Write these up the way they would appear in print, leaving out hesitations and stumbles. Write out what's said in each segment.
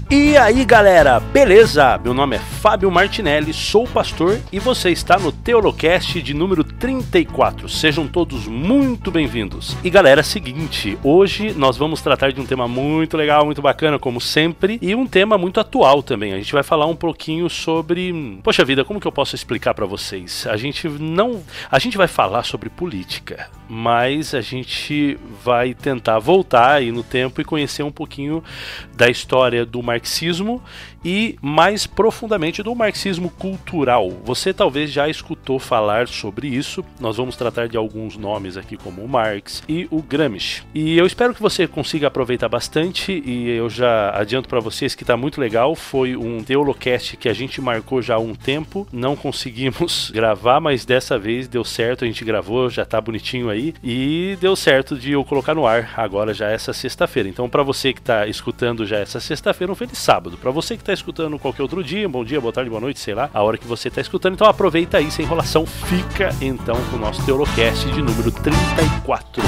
E aí galera, beleza? Meu nome é Fábio Martinelli, sou pastor e você está no Teolocast de número 34. Sejam todos muito bem-vindos. E galera, seguinte, hoje nós vamos tratar de um tema muito legal, muito bacana, como sempre, e um tema muito atual também. A gente vai falar um pouquinho sobre... Poxa vida, como que eu posso explicar para vocês? A gente vai falar sobre política, mas a gente vai tentar voltar aí no tempo e conhecer um pouquinho da história do marxismo e mais profundamente do marxismo cultural. Você talvez já escutou falar sobre isso. Nós vamos tratar de alguns nomes aqui como o Marx e o Gramsci. E eu espero que você consiga aproveitar bastante e eu já adianto para vocês que está muito legal. Foi um Teolocast que a gente marcou já há um tempo. Não conseguimos gravar, mas dessa vez deu certo. A gente gravou, já está bonitinho aí e deu certo de eu colocar no ar agora já essa sexta-feira. Então para você que está escutando já essa sexta-feira, um feliz sábado. Para você que está escutando qualquer outro dia, bom dia, boa tarde, boa noite, sei lá, a hora que você está escutando. Então aproveita aí, sem enrolação, fica então com o nosso Teolocast de número 34.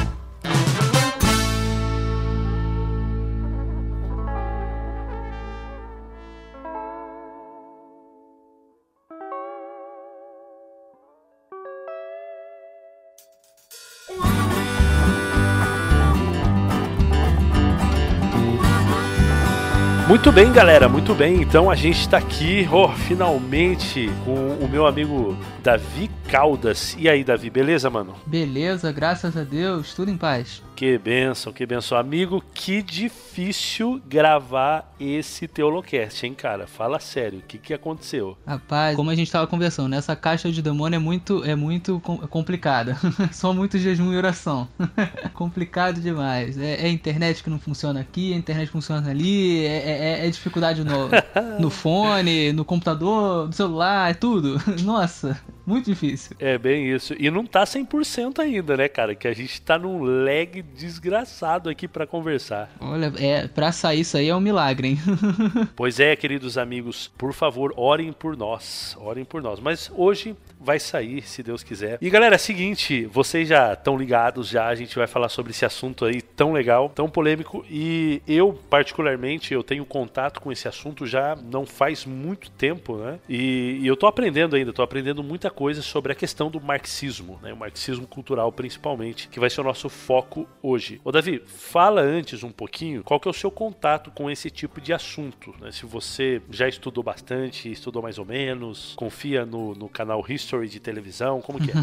Muito bem, galera, muito bem. Então a gente está aqui, finalmente, com o meu amigo Davi Caldas. E aí, Davi, beleza, mano? Beleza, graças a Deus, tudo em paz. Que bênção, amigo. Que difícil gravar esse Teolocast, hein, cara? Fala sério, o que aconteceu? Rapaz, como a gente tava conversando, essa caixa de demônio é muito complicada. Só muito jejum e oração. Complicado demais. É a internet que não funciona aqui, a internet funciona ali, é dificuldade no fone, no computador, no celular, é tudo. Nossa, muito difícil. É bem isso. E não tá 100% ainda, né, cara? Que a gente tá num lag desgraçado aqui pra conversar. Olha, pra sair isso aí é um milagre, hein? Pois é, queridos amigos, por favor, orem por nós. Orem por nós. Mas hoje vai sair, se Deus quiser. E galera, é o seguinte, vocês já estão ligados já, a gente vai falar sobre esse assunto aí tão legal, tão polêmico, e eu, particularmente, eu tenho contato com esse assunto já não faz muito tempo, né? E eu tô aprendendo ainda, tô aprendendo muita coisa sobre a questão do marxismo, né? O marxismo cultural, principalmente, que vai ser o nosso foco hoje. Ô Davi, fala antes um pouquinho qual que é o seu contato com esse tipo de assunto, né? Se você já estudou bastante, estudou mais ou menos, confia no canal History de televisão, como que é?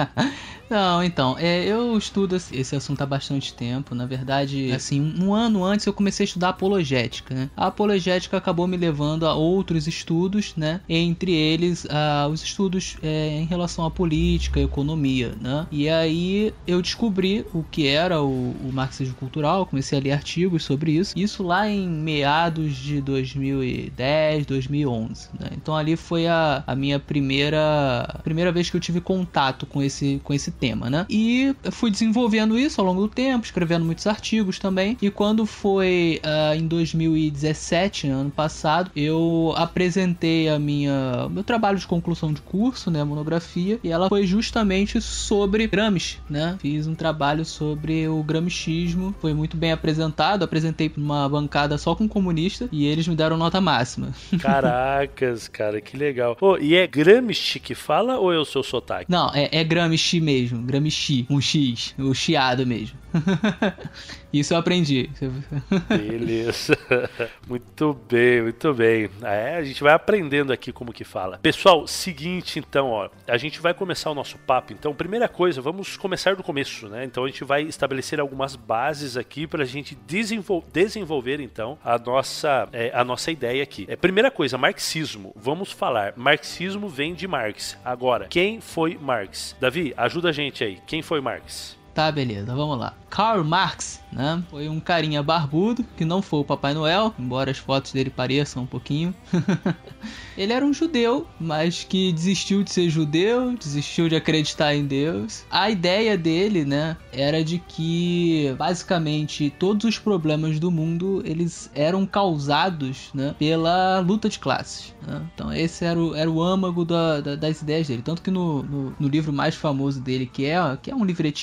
Não, então, eu estudo esse assunto há bastante tempo. Na verdade, assim, um ano antes eu comecei a estudar apologética, né? A apologética acabou me levando a outros estudos, né? Entre eles, os estudos em relação à política, economia, né? E aí eu descobri o que era o marxismo cultural, comecei a ler artigos sobre isso lá em meados de 2010, 2011, né? Então ali foi a minha primeira vez que eu tive contato com esse tema, né? E fui desenvolvendo isso ao longo do tempo, escrevendo muitos artigos também. E quando foi em 2017, ano passado, eu apresentei meu trabalho de conclusão de curso, né, a monografia, e ela foi justamente sobre Gramsci, né? Fiz um trabalho sobre o gramscismo, foi muito bem apresentado, apresentei para uma bancada só com comunista e eles me deram nota máxima. Caracas, cara, que legal. E é Gramsci que fala ou é o seu sotaque? Não, é Gramsci mesmo, Gramsci, um X, o chiado mesmo. Isso eu aprendi. Beleza. Muito bem, muito bem. A gente vai aprendendo aqui como que fala. Pessoal, seguinte então, a gente vai começar o nosso papo. Então, primeira coisa, vamos começar do começo, né? Então a gente vai estabelecer algumas bases aqui pra gente desenvolver então a nossa ideia aqui. Primeira coisa, marxismo. Vamos falar, marxismo vem de Marx. Agora, quem foi Marx? Davi, ajuda a gente aí. Quem foi Marx? Tá, beleza, vamos lá. Karl Marx, né? Foi um carinha barbudo, que não foi o Papai Noel, embora as fotos dele pareçam um pouquinho. Ele era um judeu, mas que desistiu de ser judeu, desistiu de acreditar em Deus. A ideia dele, né, era de que, basicamente, todos os problemas do mundo, eles eram causados, né, pela luta de classes, né? Então esse era o âmago das ideias dele. Tanto que no livro mais famoso dele, que é um livretinho, na verdade,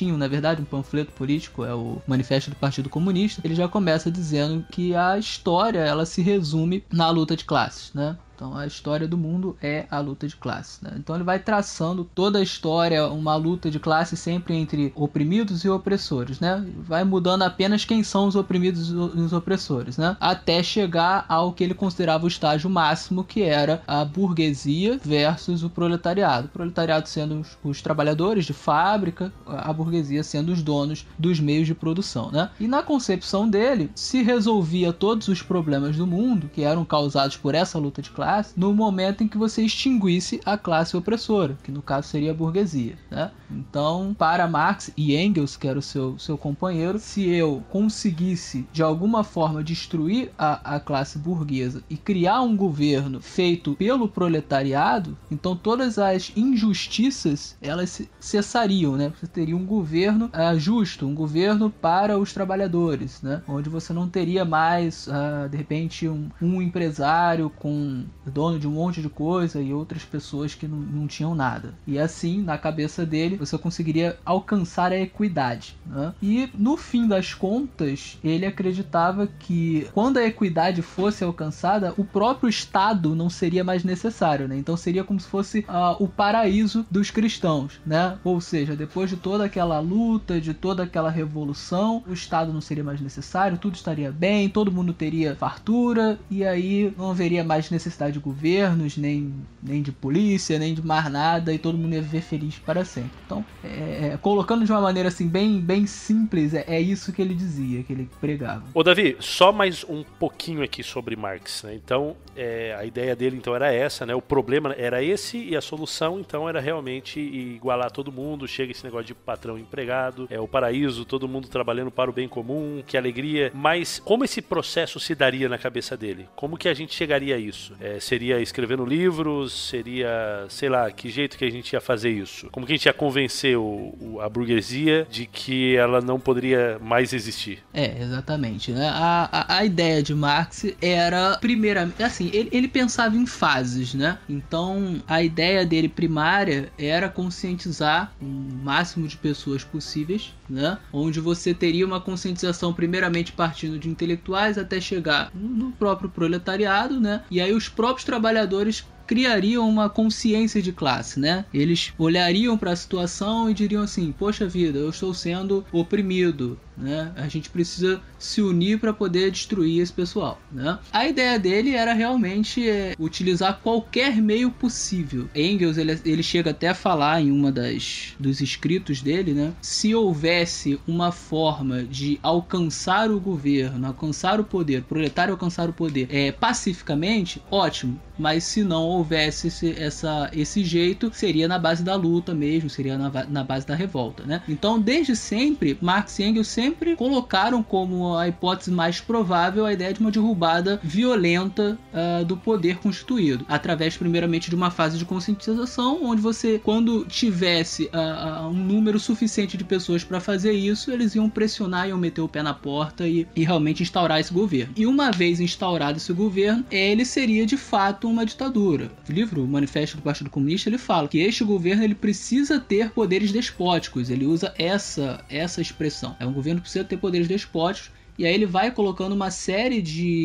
verdade, um panfleto político, é o Manifesto do Partido Comunista, ele já começa dizendo que a história, ela se resume na luta de classes, né? Então a história do mundo é a luta de classes, né? Então ele vai traçando toda a história, uma luta de classes sempre entre oprimidos e opressores, né? Vai mudando apenas quem são os oprimidos e os opressores, né? Até chegar ao que ele considerava o estágio máximo, que era a burguesia versus o proletariado. O proletariado sendo os trabalhadores de fábrica, a burguesia sendo os donos dos meios de produção, né? E na concepção dele, se resolvia todos os problemas do mundo, que eram causados por essa luta de classes, no momento em que você extinguisse a classe opressora, que no caso seria a burguesia, né? Então, para Marx e Engels, que era o seu companheiro, se eu conseguisse de alguma forma destruir a classe burguesa e criar um governo feito pelo proletariado, então todas as injustiças elas cessariam, né? Você teria um governo justo, um governo para os trabalhadores, né? Onde você não teria mais de repente um empresário com dono de um monte de coisa e outras pessoas que não tinham nada. E assim, na cabeça dele, você conseguiria alcançar a equidade, né? E no fim das contas, ele acreditava que quando a equidade fosse alcançada, o próprio Estado não seria mais necessário, né? Então seria como se fosse o paraíso dos cristãos, né? Ou seja, depois de toda aquela luta, de toda aquela revolução, o Estado não seria mais necessário, tudo estaria bem, todo mundo teria fartura e aí não haveria mais necessidade de governos, nem de polícia, nem de mais nada, e todo mundo ia viver feliz para sempre. Então, colocando de uma maneira assim bem simples, é isso que ele dizia, que ele pregava. Ô Davi, só mais um pouquinho aqui sobre Marx, né? Então, a ideia dele então era essa, né? O problema era esse e a solução então era realmente igualar todo mundo, chega esse negócio de patrão empregado, o paraíso, todo mundo trabalhando para o bem comum, que alegria. Mas como esse processo se daria na cabeça dele? Como que a gente chegaria a isso? Seria escrevendo livros? Seria, sei lá, que jeito que a gente ia fazer isso? Como que a gente ia convencer a burguesia de que ela não poderia mais existir? Exatamente, né? A ideia de Marx era, primeiramente, assim, ele pensava em fases, né? Então, a ideia dele primária era conscientizar o máximo de pessoas possíveis, né? Onde você teria uma conscientização primeiramente partindo de intelectuais até chegar no próprio proletariado, né? E aí os próprios trabalhadores criariam uma consciência de classe, né? Eles olhariam para a situação e diriam assim: poxa vida, eu estou sendo oprimido, né? A gente precisa se unir para poder destruir esse pessoal, né? A ideia dele era realmente utilizar qualquer meio possível. Engels ele chega até a falar em uma dos escritos dele, né? Se houvesse uma forma de alcançar o governo, alcançar o poder, o proletário alcançar o poder pacificamente, ótimo. Mas se não houvesse esse jeito, seria na base da luta mesmo, seria na base da revolta, né? Então, desde sempre, Marx e Engels sempre colocaram como a hipótese mais provável a ideia de uma derrubada violenta do poder constituído, através primeiramente de uma fase de conscientização, onde você, quando tivesse um número suficiente de pessoas para fazer isso, eles iam pressionar, iam meter o pé na porta e realmente instaurar esse governo. E uma vez instaurado esse governo, ele seria de fato uma ditadura. O livro, o Manifesto do Partido Comunista, ele fala que este governo ele precisa ter poderes despóticos. Ele usa essa expressão. É um governo que precisa ter poderes despóticos. E aí ele vai colocando uma série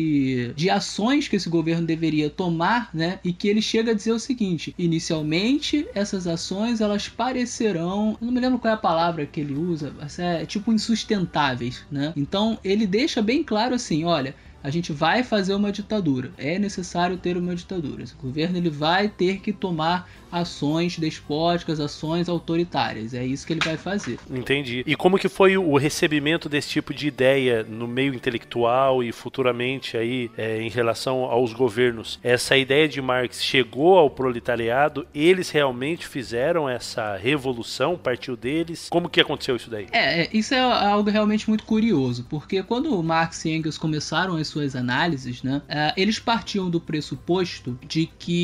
de ações que esse governo deveria tomar, né? E que ele chega a dizer o seguinte: inicialmente essas ações elas parecerão, eu não me lembro qual é a palavra que ele usa, mas é tipo insustentáveis, né? Então ele deixa bem claro assim: olha, a gente vai fazer uma ditadura, é necessário ter uma ditadura. Esse governo ele vai ter que tomar ações despóticas, ações autoritárias. É isso que ele vai fazer. Entendi. E como que foi o recebimento desse tipo de ideia no meio intelectual e futuramente aí em relação aos governos? Essa ideia de Marx chegou ao proletariado? Eles realmente fizeram essa revolução? Partiu deles? Como que aconteceu isso daí? Isso é algo realmente muito curioso, porque quando Marx e Engels começaram as suas análises, né, eles partiam do pressuposto de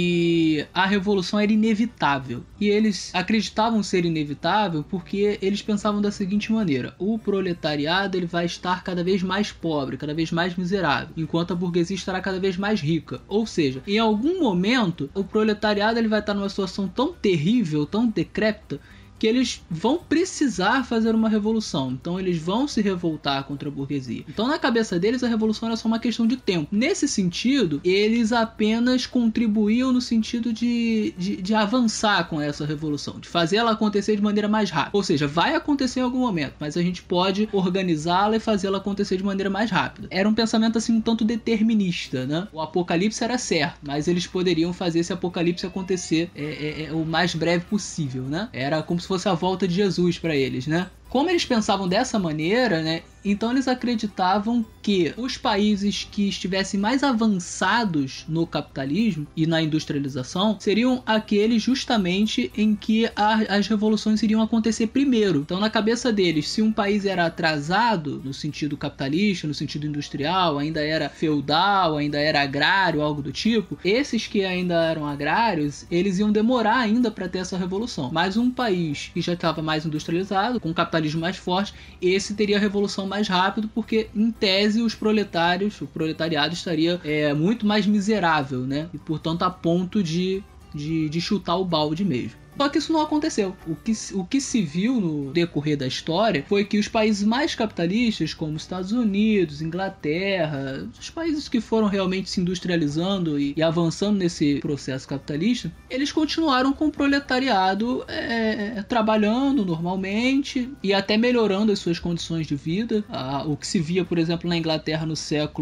que a revolução era inevitável. E eles acreditavam ser inevitável porque eles pensavam da seguinte maneira: o proletariado ele vai estar cada vez mais pobre, cada vez mais miserável, enquanto a burguesia estará cada vez mais rica. Ou seja, em algum momento o proletariado ele vai estar numa situação tão terrível, tão decrépita, que eles vão precisar fazer uma revolução. Então eles vão se revoltar contra a burguesia. Então na cabeça deles a revolução era só uma questão de tempo. Nesse sentido, eles apenas contribuíam no sentido de avançar com essa revolução, de fazer ela acontecer de maneira mais rápida. Ou seja, vai acontecer em algum momento, mas a gente pode organizá-la e fazê-la acontecer de maneira mais rápida. Era um pensamento assim um tanto determinista, né? O apocalipse era certo, mas eles poderiam fazer esse apocalipse acontecer o mais breve possível, né? Era como se fosse a volta de Jesus para eles, né? Como eles pensavam dessa maneira, né, então eles acreditavam que os países que estivessem mais avançados no capitalismo e na industrialização seriam aqueles justamente em que as revoluções iriam acontecer primeiro. Então, na cabeça deles, se um país era atrasado no sentido capitalista, no sentido industrial, ainda era feudal, ainda era agrário, algo do tipo, esses que ainda eram agrários, eles iam demorar ainda para ter essa revolução. Mas um país que já estava mais industrializado, com capitalismo mais forte, esse teria a revolução mais rápido, porque em tese o proletariado estaria muito mais miserável, né? E portanto a ponto de chutar o balde mesmo. Só que isso não aconteceu. O que se viu no decorrer da história foi que os países mais capitalistas, como Estados Unidos, Inglaterra, os países que foram realmente se industrializando e avançando nesse processo capitalista, eles continuaram com o proletariado trabalhando normalmente e até melhorando as suas condições de vida. O que se via, por exemplo, na Inglaterra nos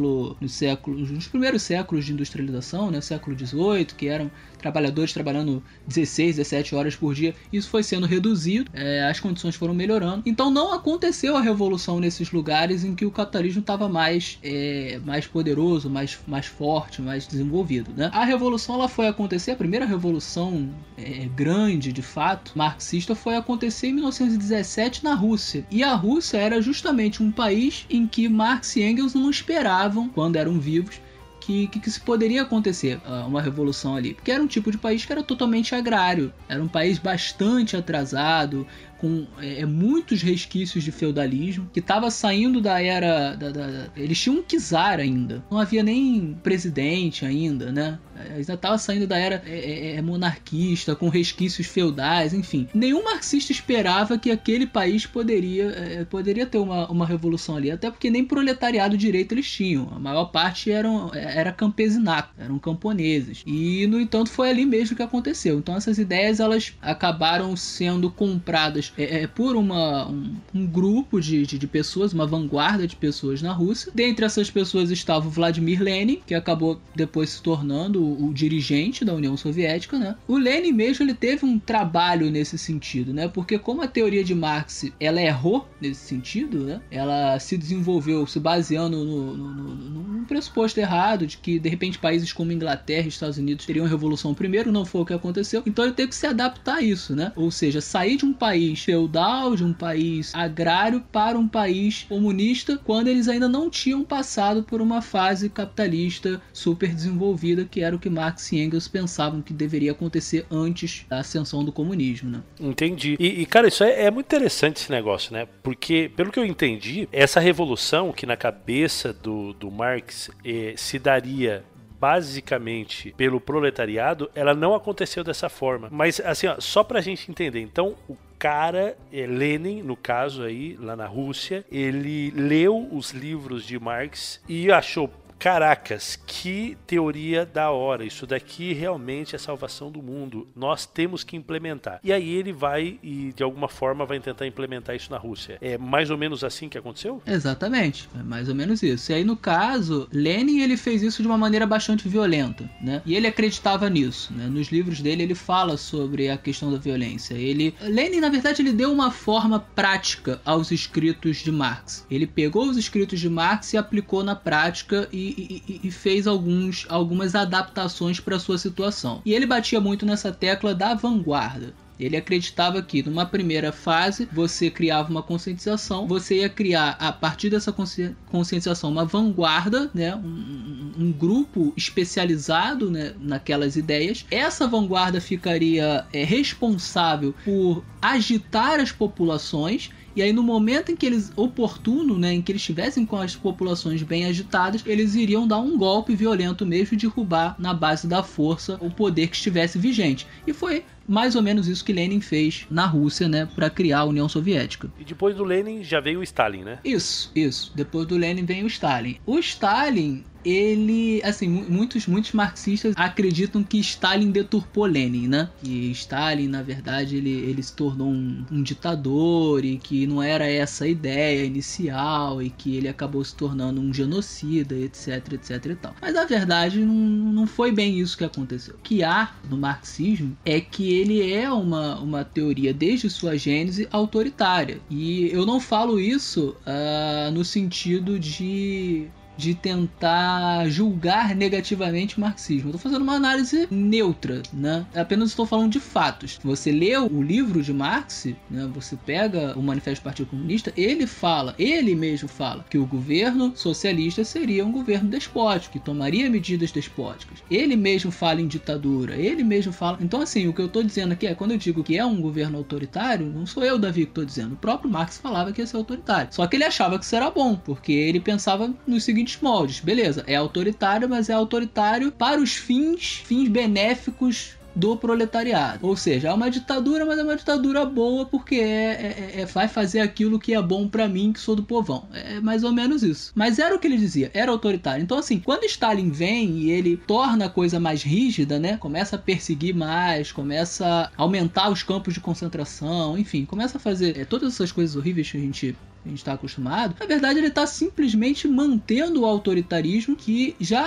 primeiros séculos de industrialização, né, século XVIII, que eram trabalhadores trabalhando 16, 17 horas por dia, isso foi sendo reduzido, as condições foram melhorando. Então não aconteceu a revolução nesses lugares em que o capitalismo estava mais poderoso, mais forte, mais desenvolvido, né? A revolução ela foi acontecer, a primeira revolução grande, de fato, marxista, foi acontecer em 1917 na Rússia. E a Rússia era justamente um país em que Marx e Engels não esperavam, quando eram vivos, que se poderia acontecer uma revolução ali, porque era um tipo de país que era totalmente agrário, era um país bastante atrasado, com muitos resquícios de feudalismo, que estava saindo da era eles tinham um czar ainda, não havia nem presidente ainda, né? Já estava saindo da era monarquista, com resquícios feudais, enfim. Nenhum marxista esperava que aquele país poderia ter uma revolução ali, até porque nem proletariado direito eles tinham, a maior parte era campesinato, eram camponeses, e no entanto foi ali mesmo que aconteceu. Então essas ideias elas acabaram sendo compradas por um grupo de pessoas, uma vanguarda de pessoas na Rússia. Dentre essas pessoas estava o Vladimir Lenin, que acabou depois se tornando o dirigente da União Soviética, né? O Lenin mesmo ele teve um trabalho nesse sentido, né? Porque como a teoria de Marx ela errou nesse sentido, né? Ela se desenvolveu se baseando num pressuposto errado de que de repente países como Inglaterra e Estados Unidos teriam revolução primeiro, não foi o que aconteceu. Então ele teve que se adaptar a isso, né? Ou seja, sair de um país feudal, de um país agrário para um país comunista, quando eles ainda não tinham passado por uma fase capitalista super desenvolvida, que era o que Marx e Engels pensavam que deveria acontecer antes da ascensão do comunismo, né? Entendi. E cara, isso é muito interessante esse negócio, né? Porque, pelo que eu entendi, essa revolução que na cabeça do Marx se daria basicamente pelo proletariado, ela não aconteceu dessa forma. Mas assim, ó, só pra gente entender, então o cara, Lenin, no caso aí, lá na Rússia, ele leu os livros de Marx e achou, caracas, que teoria da hora, isso daqui realmente é a salvação do mundo, nós temos que implementar. E aí ele vai e de alguma forma vai tentar implementar isso na Rússia. É mais ou menos assim que aconteceu? Exatamente, é mais ou menos isso. E aí no caso, Lenin ele fez isso de uma maneira bastante violenta, né? E ele acreditava nisso, né? Nos livros dele ele fala sobre a questão da violência. Lenin na verdade ele deu uma forma prática aos escritos de Marx. Ele pegou os escritos de Marx e aplicou na prática e fez algumas adaptações para sua situação. E ele batia muito nessa tecla da vanguarda. Ele acreditava que numa primeira fase você criava uma conscientização, você ia criar a partir dessa conscientização uma vanguarda, né? um grupo especializado, né? naquelas ideias. Essa vanguarda ficaria responsável por agitar as populações. E aí no momento em que eles, oportuno, né, em que eles estivessem com as populações bem agitadas, eles iriam dar um golpe violento mesmo e derrubar na base da força o poder que estivesse vigente. E foi mais ou menos isso que Lenin fez na Rússia, né, para criar a União Soviética. E depois do Lenin já veio o Stalin, né? Isso. Depois do Lenin vem o Stalin. O Stalin, ele, assim, muitos marxistas acreditam que Stalin deturpou Lenin, né? Que Stalin, na verdade, ele se tornou um ditador e que não era essa a ideia inicial e que ele acabou se tornando um genocida, etc e tal. Mas, na verdade, não foi bem isso que aconteceu. O que há no marxismo é que ele é uma teoria, desde sua gênese, autoritária. E eu não falo isso no sentido de tentar julgar negativamente o marxismo. Eu estou fazendo uma análise neutra, né? Apenas estou falando de fatos. Você lê o livro de Marx, né? Você pega o Manifesto do Partido Comunista, ele mesmo fala que o governo socialista seria um governo despótico, que tomaria medidas despóticas. Ele mesmo fala em ditadura, ele mesmo fala... Então, assim, o que eu estou dizendo aqui é, quando eu digo que é um governo autoritário, não sou eu, Davi, que estou dizendo. O próprio Marx falava que ia ser autoritário. Só que ele achava que isso era bom, porque ele pensava nos seguintes moldes. Beleza, é autoritário, mas é autoritário para os fins benéficos do proletariado. Ou seja, é uma ditadura, mas é uma ditadura boa porque vai fazer aquilo que é bom pra mim, que sou do povão. É mais ou menos isso. Mas era o que ele dizia, era autoritário. Então, assim, quando Stalin vem e ele torna a coisa mais rígida, né? Começa a perseguir mais, começa a aumentar os campos de concentração, enfim, começa a fazer todas essas coisas horríveis que a gente está acostumado, na verdade ele está simplesmente mantendo o autoritarismo que já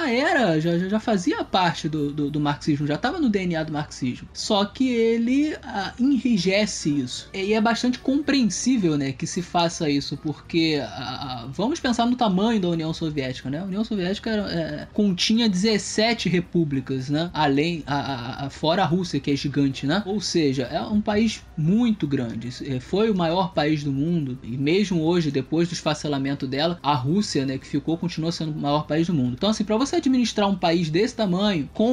fazia parte do marxismo, já estava no DNA do marxismo. Só que ele enrijece isso. E é bastante compreensível, né, que se faça isso, porque vamos pensar no tamanho da União Soviética, né? A União Soviética continha 17 repúblicas, né? Além, fora a Rússia, que é gigante, né? Ou seja, é um país muito grande. Foi o maior país do mundo, e mesmo hoje, depois do esfacelamento dela, a Rússia, né, que continua sendo o maior país do mundo. Então, assim, para você administrar um país desse tamanho, com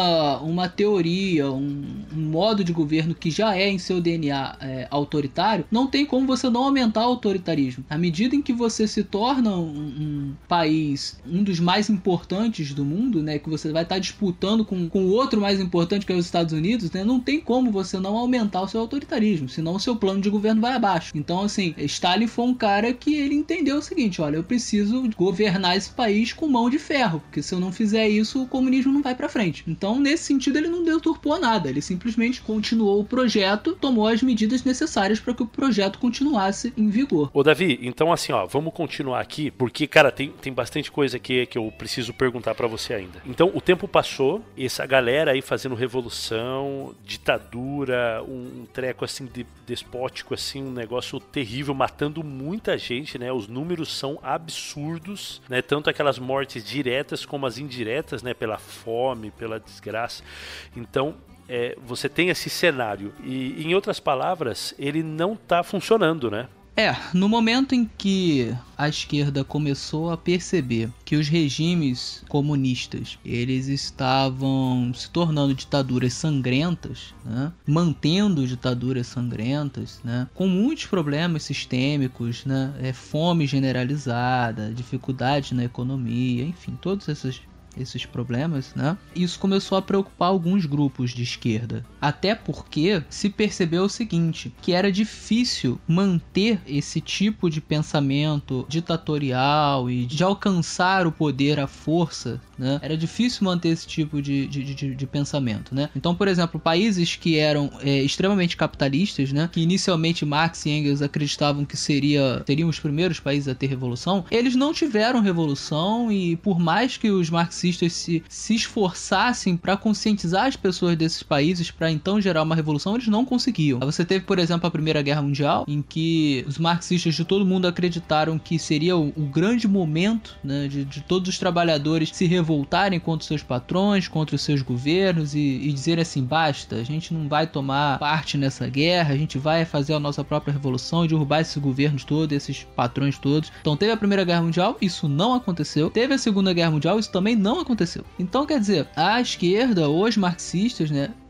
uma teoria, um modo de governo que já é em seu DNA autoritário, não tem como você não aumentar o autoritarismo. À medida em que você se torna um país, um dos mais importantes do mundo, né, que você vai estar disputando com o outro mais importante, que é os Estados Unidos, né, não tem como você não aumentar o seu autoritarismo, senão o seu plano de governo vai abaixo. Então, assim, Stalin foi um cara que ele entendeu o seguinte: olha, eu preciso governar esse país com mão de ferro, porque se eu não fizer isso, o comunismo não vai pra frente. Então, nesse sentido, ele não deturpou nada, ele simplesmente continuou o projeto, tomou as medidas necessárias para que o projeto continuasse em vigor. Ô Davi, então assim, ó, vamos continuar aqui, porque, cara, tem bastante coisa aqui que eu preciso perguntar pra você ainda. Então, o tempo passou, essa galera aí fazendo revolução, ditadura, um treco assim despótico, assim, um negócio terrível, matando muita gente, né? Os números são absurdos, né? Tanto aquelas mortes diretas como as indiretas, né? Pela fome, pela desgraça. Então, você tem esse cenário e, em outras palavras, ele não tá funcionando, né? No momento em que a esquerda começou a perceber que os regimes comunistas, eles estavam se tornando ditaduras sangrentas, né? Mantendo ditaduras sangrentas, né? Com muitos problemas sistêmicos, né? Fome generalizada, dificuldade na economia, enfim, todos esses problemas, né? Isso começou a preocupar alguns grupos de esquerda. Até porque se percebeu o seguinte, que era difícil manter esse tipo de pensamento ditatorial e de alcançar o poder à força, né? Era difícil manter esse tipo de pensamento, né? Então, por exemplo, países que eram extremamente capitalistas, né? Que inicialmente Marx e Engels acreditavam que seriam os primeiros países a ter revolução, eles não tiveram revolução e por mais que os marxistas se esforçassem para conscientizar as pessoas desses países para então gerar uma revolução, eles não conseguiam. Você teve, por exemplo, a Primeira Guerra Mundial, em que os marxistas de todo mundo acreditaram que seria o grande momento, né, de todos os trabalhadores se revoltarem contra os seus patrões, contra os seus governos e dizerem assim, basta, a gente não vai tomar parte nessa guerra, a gente vai fazer a nossa própria revolução e derrubar esses governos todos, esses patrões todos. Então teve a Primeira Guerra Mundial, isso não aconteceu. Teve a Segunda Guerra Mundial, isso também não aconteceu. Então, quer dizer, a esquerda, os marxistas, né,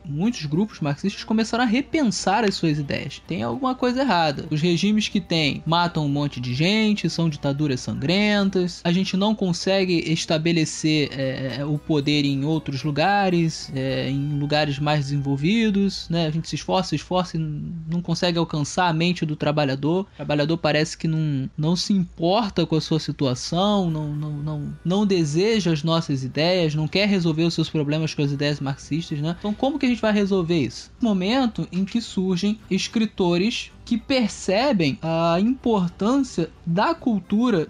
muitos grupos marxistas começaram a repensar as suas ideias. Tem alguma coisa errada. Os regimes que tem matam um monte de gente, são ditaduras sangrentas, a gente não consegue estabelecer o poder em outros lugares, em lugares mais desenvolvidos, né? A gente se esforça e não consegue alcançar a mente do trabalhador. O trabalhador parece que não se importa com a sua situação, não deseja as nossas ideias, não quer resolver os seus problemas com as ideias marxistas, né? Então como que a gente vai resolver isso? Momento em que surgem escritores que percebem a importância da cultura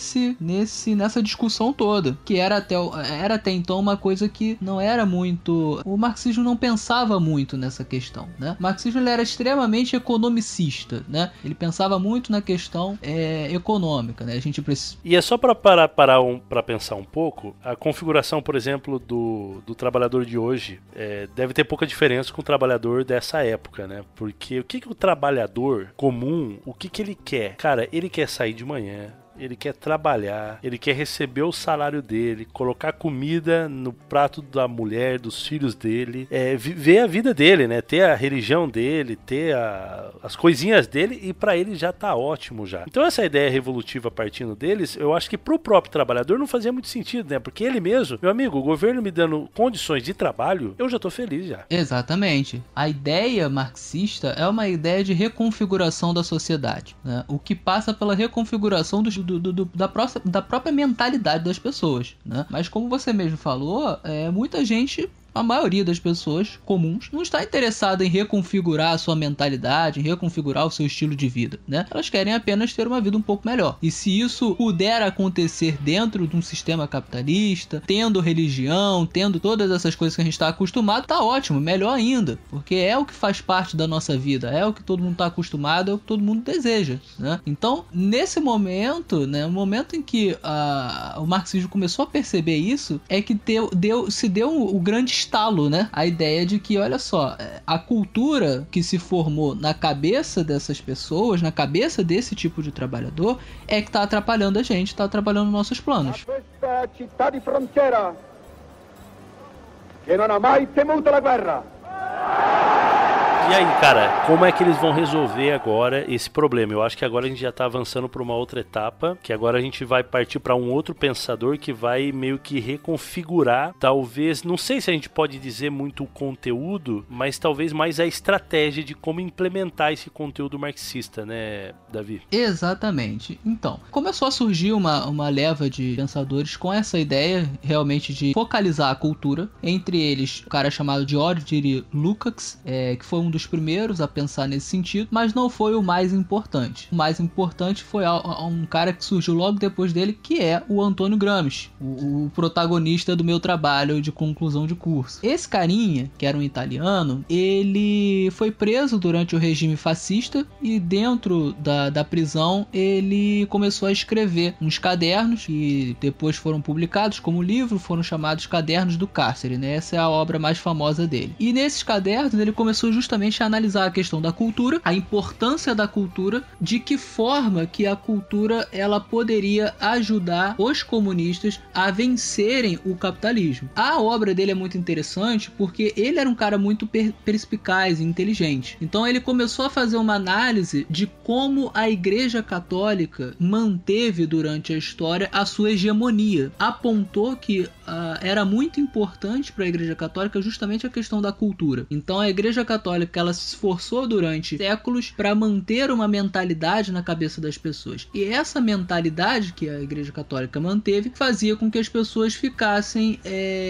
nessa discussão toda, que era até então uma coisa que não era muito... O marxismo não pensava muito nessa questão, né? O marxismo ele era extremamente economicista, né? Ele pensava muito na questão econômica, né? A gente precisa... E é só para pensar um pouco, a configuração, por exemplo, do trabalhador de hoje deve ter pouca diferença com o trabalhador dessa época, né? Porque o que o trabalhador comum, o que ele quer? Cara, ele quer sair de manhã, ele quer trabalhar, ele quer receber o salário dele, colocar comida no prato da mulher, dos filhos dele, viver a vida dele, né? Ter a religião dele, ter as coisinhas dele, e pra ele já tá ótimo já. Então essa ideia revolutiva partindo deles, eu acho que pro próprio trabalhador não fazia muito sentido, né? Porque ele mesmo, meu amigo, o governo me dando condições de trabalho, eu já tô feliz já. Exatamente. A ideia marxista é uma ideia de reconfiguração da sociedade, né? O que passa pela reconfiguração da própria mentalidade das pessoas, né? Mas como você mesmo falou, muita gente... A maioria das pessoas comuns não está interessada em reconfigurar a sua mentalidade, em reconfigurar o seu estilo de vida, né? Elas querem apenas ter uma vida um pouco melhor. E se isso puder acontecer dentro de um sistema capitalista, tendo religião, tendo todas essas coisas que a gente está acostumado, tá ótimo, melhor ainda. Porque é o que faz parte da nossa vida, é o que todo mundo está acostumado, é o que todo mundo deseja, né? Então, nesse momento, né, o momento em que o marxismo começou a perceber isso, é que se deu o grande estalo, né? A ideia de que, olha só, a cultura que se formou na cabeça dessas pessoas, na cabeça desse tipo de trabalhador, é que tá atrapalhando a gente, tá atrapalhando nossos planos. Questa città di frontiera che non ha mai temuto la guerra. E aí, cara, como é que eles vão resolver agora esse problema? Eu acho que agora a gente já tá avançando para uma outra etapa, que agora a gente vai partir para um outro pensador que vai meio que reconfigurar, talvez, não sei se a gente pode dizer muito o conteúdo, mas talvez mais a estratégia de como implementar esse conteúdo marxista, né, Davi? Exatamente. Então, começou a surgir uma leva de pensadores com essa ideia realmente de focalizar a cultura, entre eles o cara chamado George Lukács, que foi um dos primeiros a pensar nesse sentido, mas não foi o mais importante. O mais importante foi um cara que surgiu logo depois dele, que é o Antônio Gramsci, o protagonista do meu trabalho de conclusão de curso. Esse carinha, que era um italiano, ele foi preso durante o regime fascista e dentro da prisão ele começou a escrever uns cadernos que depois foram publicados como livro, foram chamados Cadernos do Cárcere, né? Essa é a obra mais famosa dele. E nesses cadernos ele começou justamente a analisar a questão da cultura, a importância da cultura, de que forma que a cultura ela poderia ajudar os comunistas a vencerem o capitalismo. A obra dele é muito interessante porque ele era um cara muito perspicaz e inteligente. Então ele começou a fazer uma análise de como a Igreja Católica manteve durante a história a sua hegemonia. Apontou que era muito importante para a Igreja Católica justamente a questão da cultura. Então a Igreja Católica ela se esforçou durante séculos para manter uma mentalidade na cabeça das pessoas. E essa mentalidade que a Igreja Católica manteve fazia com que as pessoas ficassem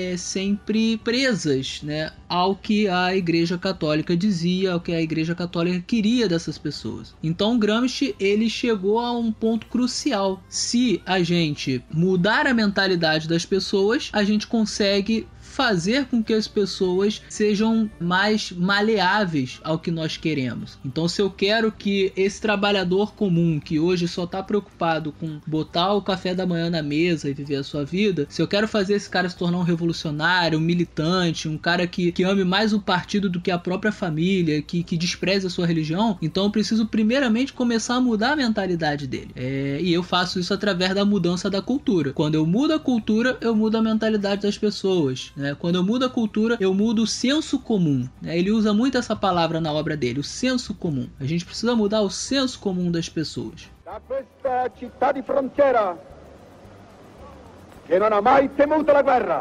sempre presas, né, ao que a Igreja Católica dizia, ao que a Igreja Católica queria dessas pessoas. Então Gramsci ele chegou a um ponto crucial. Se a gente mudar a mentalidade das pessoas, a gente consegue fazer com que as pessoas sejam mais maleáveis ao que nós queremos. Então, se eu quero que esse trabalhador comum, que hoje só está preocupado com botar o café da manhã na mesa e viver a sua vida, se eu quero fazer esse cara se tornar um revolucionário, um militante, um cara que ame mais o partido do que a própria família, que despreze a sua religião, então eu preciso primeiramente começar a mudar a mentalidade dele. E eu faço isso através da mudança da cultura. Quando eu mudo a cultura, eu mudo a mentalidade das pessoas, né? né? Quando eu mudo a cultura, eu mudo o senso comum, né? Ele usa muito essa palavra na obra dele, o senso comum. A gente precisa mudar o senso comum das pessoas. Da questa città di frontiera che non ha mai temuto la guerra.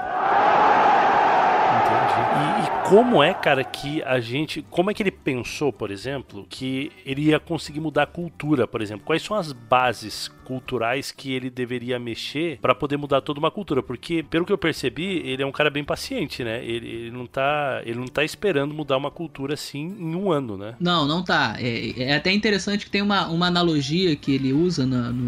E como é, cara, que a gente... Como é que ele pensou, por exemplo, que ele ia conseguir mudar a cultura, por exemplo? Quais são as bases culturais que ele deveria mexer para poder mudar toda uma cultura? Porque, pelo que eu percebi, ele é um cara bem paciente, né? Ele não tá esperando mudar uma cultura assim em um ano, né? Não tá. É até interessante que tem uma analogia que ele usa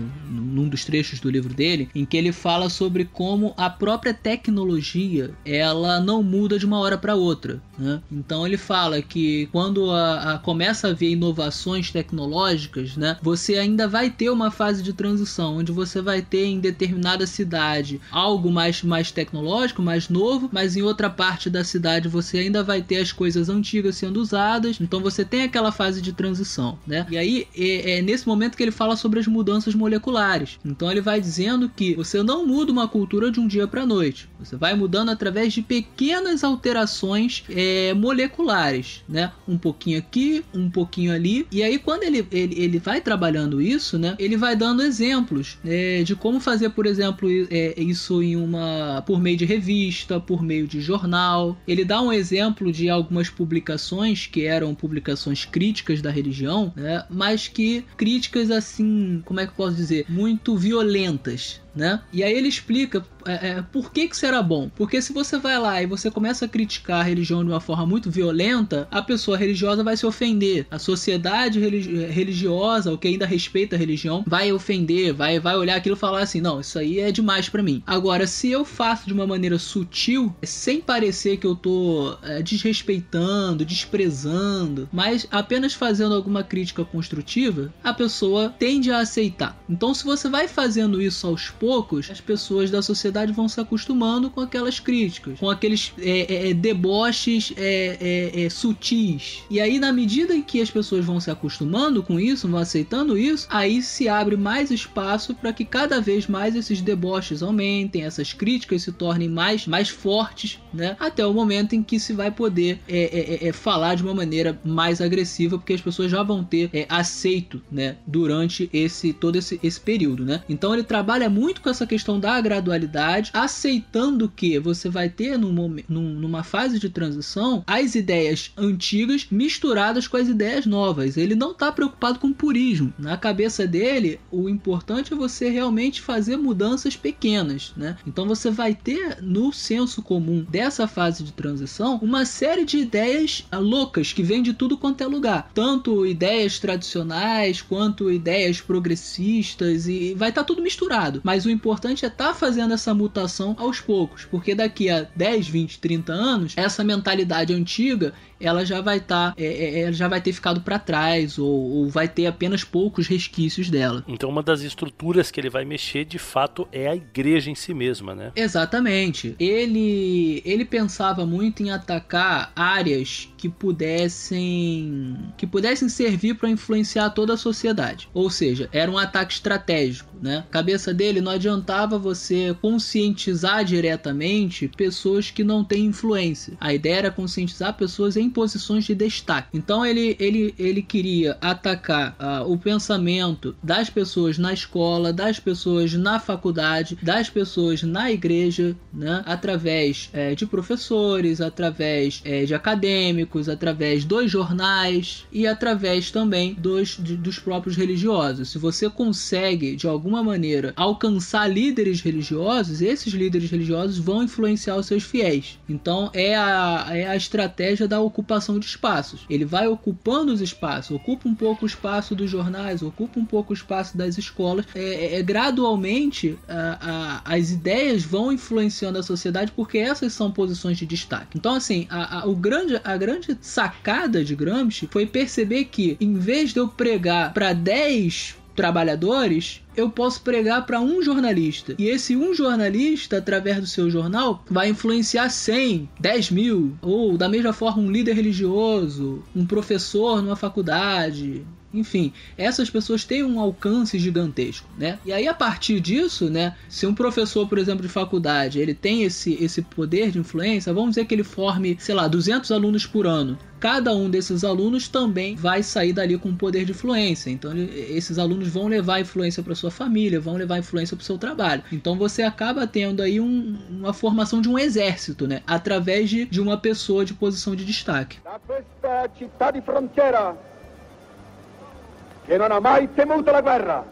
num dos trechos do livro dele, em que ele fala sobre como a própria tecnologia, ela não muda de uma hora para outra, né? Então ele fala que quando começa a haver inovações tecnológicas, né, você ainda vai ter uma fase de transição, onde você vai ter em determinada cidade algo mais tecnológico, mais novo, mas em outra parte da cidade você ainda vai ter as coisas antigas sendo usadas, então você tem aquela fase de transição, né? E aí é nesse momento que ele fala sobre as mudanças moleculares. Então ele vai dizendo que você não muda uma cultura de um dia para a noite, você vai mudando através de pequenas alterações moleculares, né? Um pouquinho aqui, um pouquinho ali, e aí quando ele vai trabalhando isso, né, ele vai dando exemplos de como fazer, por exemplo, isso por meio de revista, por meio de jornal. Ele dá um exemplo de algumas publicações que eram publicações críticas da religião, né, mas que críticas assim, como é que eu posso dizer, muito violentas, né? E aí ele explica por que isso era bom. Porque se você vai lá e você começa a criticar a religião de uma forma muito violenta, a pessoa religiosa vai se ofender. A sociedade religiosa, o que ainda respeita a religião, vai ofender, vai olhar aquilo e falar assim, não, isso aí é demais pra mim. Agora, se eu faço de uma maneira sutil, sem parecer que eu tô desrespeitando, desprezando, mas apenas fazendo alguma crítica construtiva, a pessoa tende a aceitar. Então, se você vai fazendo isso aos poucos, as pessoas da sociedade vão se acostumando com aquelas críticas, com aqueles deboches sutis. E aí, na medida em que as pessoas vão se acostumando com isso, vão aceitando isso, aí se abre mais espaço para que cada vez mais esses deboches aumentem, essas críticas se tornem mais fortes, né? Até o momento em que se vai poder falar de uma maneira mais agressiva, porque as pessoas já vão ter aceito, né, durante todo esse período, né? Então ele trabalha muito com essa questão da gradualidade, aceitando que você vai ter numa fase de transição as ideias antigas misturadas com as ideias novas. Ele não está preocupado com purismo. Na cabeça dele, o importante é você realmente fazer mudanças pequenas, né? Então você vai ter no senso comum dessa fase de transição uma série de ideias loucas que vêm de tudo quanto é lugar, tanto ideias tradicionais quanto ideias progressistas, e vai estar tudo misturado. Mas o importante é estar fazendo essa mutação aos poucos, porque daqui a 10, 20, 30 anos, essa mentalidade antiga, ela já vai já vai ter ficado para trás, ou vai ter apenas poucos resquícios dela. Então uma das estruturas que ele vai mexer, de fato, é a igreja em si mesma, né? Exatamente. Ele pensava muito em atacar áreas que pudessem servir para influenciar toda a sociedade. Ou seja, era um ataque estratégico, né? A cabeça dele, não adiantava você conscientizar diretamente pessoas que não têm influência. A ideia era conscientizar pessoas em posições de destaque. Então ele queria atacar o pensamento das pessoas na escola, das pessoas na faculdade, das pessoas na igreja, né? Através de professores, através de acadêmicos, através dos jornais e através também dos próprios religiosos. Se você consegue, de alguma maneira, alcançar líderes religiosos, esses líderes religiosos vão influenciar os seus fiéis. Então é a estratégia da ocupação de espaços. Ele vai ocupando os espaços, ocupa um pouco o espaço dos jornais, ocupa um pouco o espaço das escolas. Gradualmente as ideias vão influenciando a sociedade, porque essas são posições de destaque. Então, assim, a grande sacada de Gramsci foi perceber que, em vez de eu pregar para 10 trabalhadores, eu posso pregar para um jornalista. E esse um jornalista, através do seu jornal, vai influenciar 100, 10 mil. Ou, da mesma forma, um líder religioso, um professor numa faculdade. Enfim, essas pessoas têm um alcance gigantesco, né? E aí, a partir disso, né, se um professor, por exemplo, de faculdade, ele tem esse poder de influência, vamos dizer que ele forme, sei lá, 200 alunos por ano. Cada um desses alunos também vai sair dali com um poder de influência. Então, esses alunos vão levar influência para sua família, vão levar influência para o seu trabalho. Então, você acaba tendo aí uma formação de um exército, né? Através de uma pessoa de posição de destaque. Que non ha mai temuto la guerra.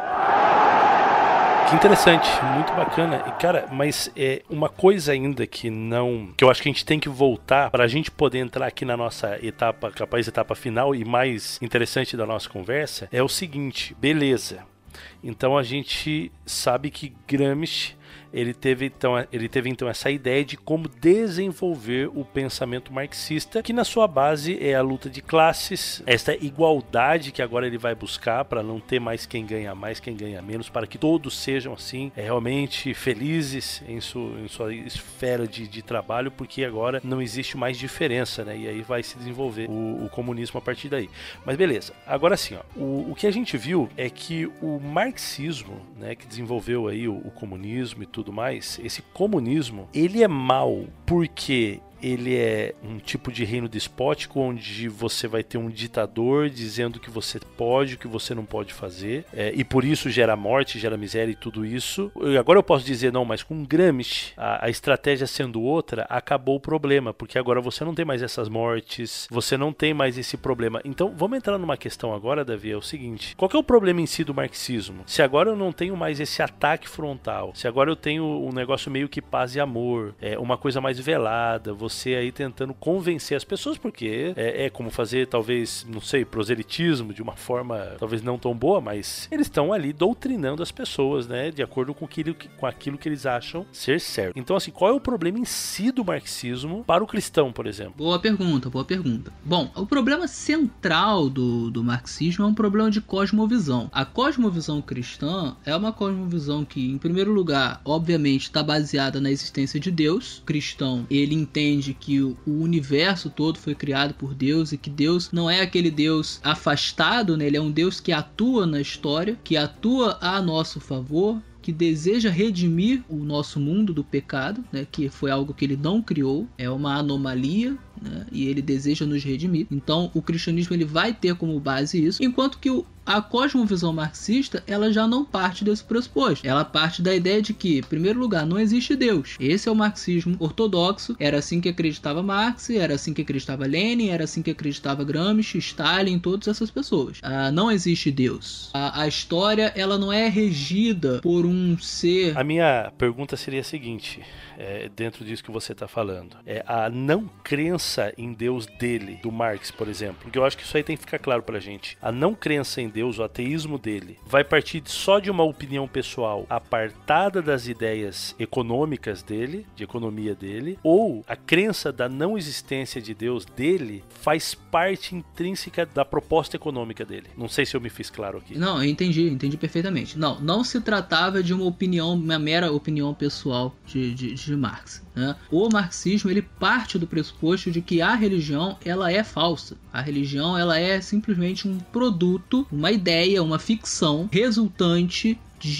Que interessante, muito bacana. E, cara, mas uma coisa ainda que eu acho que a gente tem que voltar para a gente poder entrar aqui na nossa etapa, etapa final e mais interessante da nossa conversa, é o seguinte, beleza. Então a gente sabe que Gramsci ele teve então essa ideia de como desenvolver o pensamento marxista, que na sua base é a luta de classes, essa igualdade que agora ele vai buscar para não ter mais quem ganha menos, para que todos sejam assim realmente felizes em sua esfera de trabalho, porque agora não existe mais diferença, né? E aí vai se desenvolver o comunismo a partir daí. Mas beleza, agora sim, ó, o que a gente viu é que o marxismo, né, que desenvolveu aí o comunismo e tudo mais, esse comunismo, ele é mau porque ele é um tipo de reino despótico onde você vai ter um ditador dizendo o que você pode, o que você não pode fazer, e por isso gera morte, gera miséria e tudo isso. Agora eu posso dizer, não, mas com Gramsci, a estratégia sendo outra, acabou o problema, porque agora você não tem mais essas mortes, você não tem mais esse problema. Então vamos entrar numa questão agora, Davi, é o seguinte, qual que é o problema em si do marxismo? Se agora eu não tenho mais esse ataque frontal, se agora eu tenho um negócio meio que paz e amor, uma coisa mais velada, você aí tentando convencer as pessoas, porque é como fazer, talvez, não sei, proselitismo de uma forma talvez não tão boa, mas eles estão ali doutrinando as pessoas, né, de acordo com aquilo que eles acham ser certo. Então, assim, qual é o problema em si do marxismo para o cristão, por exemplo? Boa pergunta. Bom, o problema central do marxismo é um problema de cosmovisão. A cosmovisão cristã é uma cosmovisão que, em primeiro lugar, obviamente, está baseada na existência de Deus. O cristão, ele entende que o universo todo foi criado por Deus e que Deus não é aquele Deus afastado, né? Ele é um Deus que atua na história, que atua a nosso favor, que deseja redimir o nosso mundo do pecado, né? Que foi algo que ele não criou, é uma anomalia, né? E ele deseja nos redimir. Então o cristianismo ele vai ter como base isso, enquanto que a cosmovisão marxista ela já não parte desse pressuposto. Ela parte da ideia de que, em primeiro lugar, não existe Deus. Esse é o marxismo ortodoxo. Era assim que acreditava Marx, era assim que acreditava Lenin, era assim que acreditava Gramsci, Stalin, todas essas pessoas. Não existe Deus. A história ela não é regida por um ser. A minha pergunta seria a seguinte, dentro disso que você está falando, a não crença em Deus dele, do Marx, por exemplo, porque eu acho que isso aí tem que ficar claro pra gente. A não crença em Deus, o ateísmo dele, vai partir só de uma opinião pessoal apartada das ideias econômicas dele, de economia dele, ou a crença da não existência de Deus dele faz parte intrínseca da proposta econômica dele. Não sei se eu me fiz claro aqui. Não, eu entendi perfeitamente. Não se tratava de uma mera opinião pessoal de Marx, né? O marxismo ele parte do pressuposto de que a religião ela é falsa. A religião ela é simplesmente um produto, uma ideia, uma ficção resultante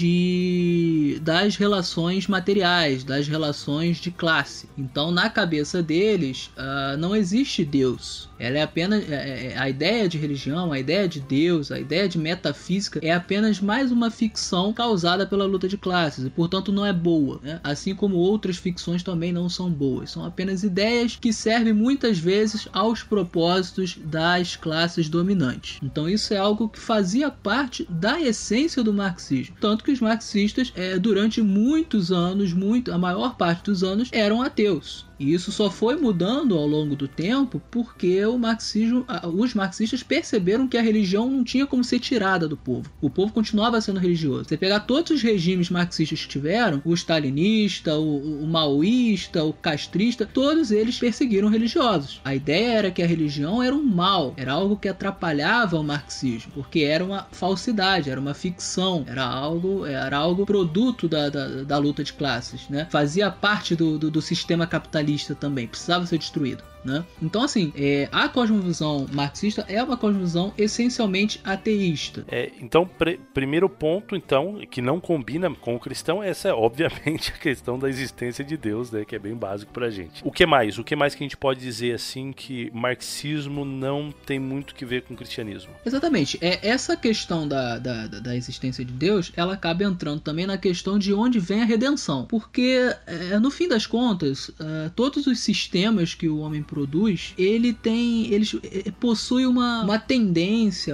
das relações materiais, das relações de classe. Então, na cabeça deles, não existe Deus. Ela é apenas a ideia de religião, a ideia de Deus, a ideia de metafísica é apenas mais uma ficção causada pela luta de classes e, portanto, não é boa, né? Assim como outras ficções também não são boas. São apenas ideias que servem muitas vezes aos propósitos das classes dominantes. Então, isso é algo que fazia parte da essência do marxismo. Tanto que os marxistas, durante muitos anos, a maior parte dos anos, eram ateus. E isso só foi mudando ao longo do tempo porque os marxistas perceberam que a religião não tinha como ser tirada do povo. O povo continuava sendo religioso. Você pegar todos os regimes marxistas que tiveram, o stalinista, o maoísta, o castrista, todos eles perseguiram religiosos. A ideia era que a religião era um mal, era algo que atrapalhava o marxismo, porque era uma falsidade, era uma ficção, era algo produto da luta de classes, né? Fazia parte do sistema capitalista também, precisava ser destruído, né? Então, assim, a cosmovisão marxista é uma cosmovisão essencialmente ateísta. Então, primeiro ponto, então, que não combina com o cristão, essa é, obviamente, a questão da existência de Deus, né? Que é bem básico pra gente. O que mais? O que mais que a gente pode dizer, assim, que marxismo não tem muito que ver com o cristianismo? Exatamente. Essa questão da existência de Deus, ela acaba entrando também na questão de onde vem a redenção. Porque, no fim das contas, todos os sistemas que o homem produz, eles possuem uma tendência,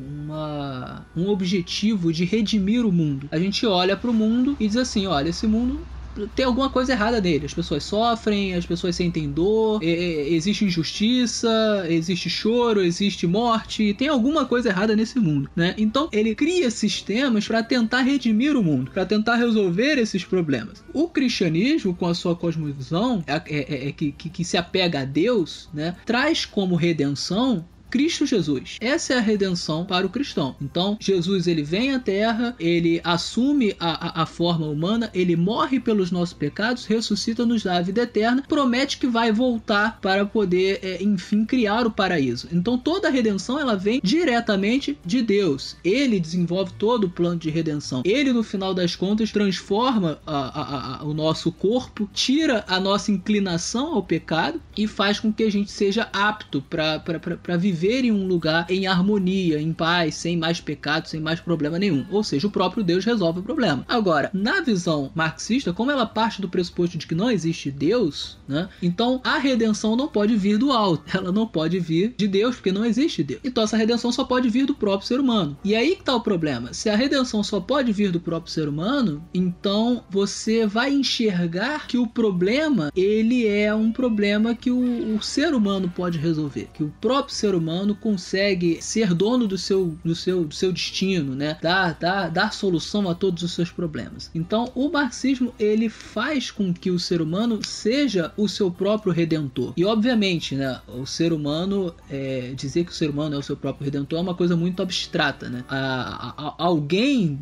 um objetivo de redimir o mundo. A gente olha para o mundo e diz assim, olha, esse mundo tem alguma coisa errada nele. As pessoas sofrem, as pessoas sentem dor, existe injustiça, existe choro, existe morte, tem alguma coisa errada nesse mundo, né? Então ele cria sistemas para tentar redimir o mundo, para tentar resolver esses problemas. O cristianismo, com a sua cosmovisão, que se apega a Deus, né, traz como redenção Cristo Jesus. Essa é a redenção para o cristão. Então, Jesus, ele vem à Terra, ele assume a forma humana, ele morre pelos nossos pecados, ressuscita, nos dá a vida eterna, promete que vai voltar para poder, enfim, criar o paraíso. Então, toda a redenção, ela vem diretamente de Deus. Ele desenvolve todo o plano de redenção. Ele, no final das contas, transforma o nosso corpo, tira a nossa inclinação ao pecado e faz com que a gente seja apto para viver em um lugar em harmonia, em paz, sem mais pecado, sem mais problema nenhum. Ou seja, o próprio Deus resolve o problema. Agora, na visão marxista, como ela parte do pressuposto de que não existe Deus, né? Então a redenção não pode vir do alto. Ela não pode vir de Deus, porque não existe Deus. Então essa redenção só pode vir do próprio ser humano. E aí que está o problema. Se a redenção só pode vir do próprio ser humano, então você vai enxergar que o problema, ele é um problema que o ser humano pode resolver. Que o próprio ser humano consegue ser dono do seu destino, né? Dar solução a todos os seus problemas. Então, o marxismo, ele faz com que o ser humano seja o seu próprio redentor. E, obviamente, né, o ser humano, dizer que o ser humano é o seu próprio redentor é uma coisa muito abstrata, né? Alguém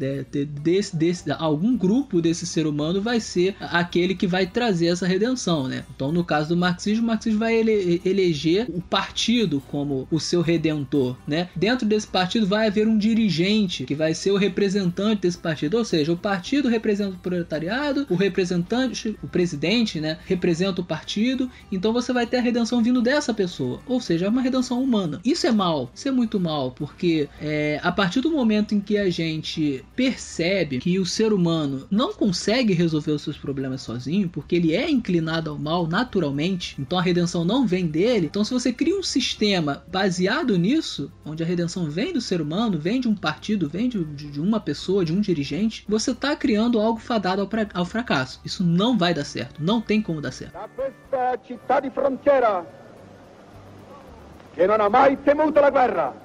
algum grupo desse ser humano vai ser aquele que vai trazer essa redenção, né? Então, no caso do marxismo, o marxismo vai eleger o partido como o seu redentor, né? Dentro desse partido vai haver um dirigente que vai ser o representante desse partido, ou seja, o partido representa o proletariado, o presidente, né, representa o partido, então você vai ter a redenção vindo dessa pessoa, ou seja, é uma redenção humana. Isso é mal, isso é muito mal, porque a partir do momento em que a gente percebe que o ser humano não consegue resolver os seus problemas sozinho, porque ele é inclinado ao mal naturalmente, então a redenção não vem dele, então se você cria um sistema baseado nisso, onde a redenção vem do ser humano, vem de um partido, vem de uma pessoa, de um dirigente, você está criando algo fadado ao fracasso. Isso não vai dar certo, não tem como dar certo. Questa città di frontiera che non ha mai temuto la guerra.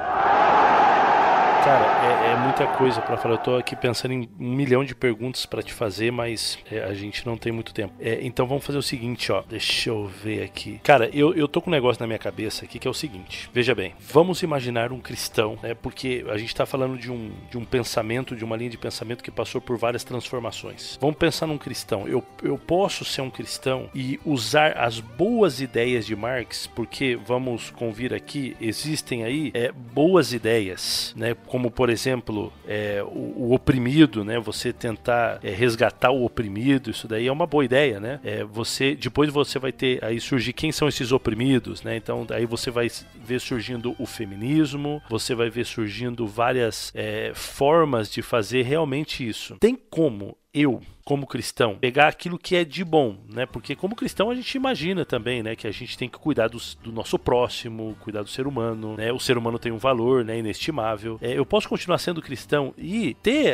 Cara, é muita coisa pra falar. Eu tô aqui pensando em 1 milhão de perguntas pra te fazer, mas a gente não tem muito tempo. Então vamos fazer o seguinte, ó. Deixa eu ver aqui. Cara, eu tô com um negócio na minha cabeça aqui que é o seguinte. Veja bem, vamos imaginar um cristão, né? Porque a gente tá falando de um pensamento, de uma linha de pensamento que passou por várias transformações. Vamos pensar num cristão. Eu posso ser um cristão e usar as boas ideias de Marx, porque vamos convir aqui, existem aí boas ideias, né? Como, por exemplo, o oprimido, né? Você tentar resgatar o oprimido, isso daí é uma boa ideia, né? Depois você vai ter aí surgir quem são esses oprimidos, né? Então aí você vai ver surgindo o feminismo, você vai ver surgindo várias formas de fazer realmente isso. Tem como eu, como cristão, pegar aquilo que é de bom, né? Porque como cristão a gente imagina também, né, que a gente tem que cuidar do nosso próximo, cuidar do ser humano, né? O ser humano tem um valor, né, inestimável. Eu posso continuar sendo cristão e ter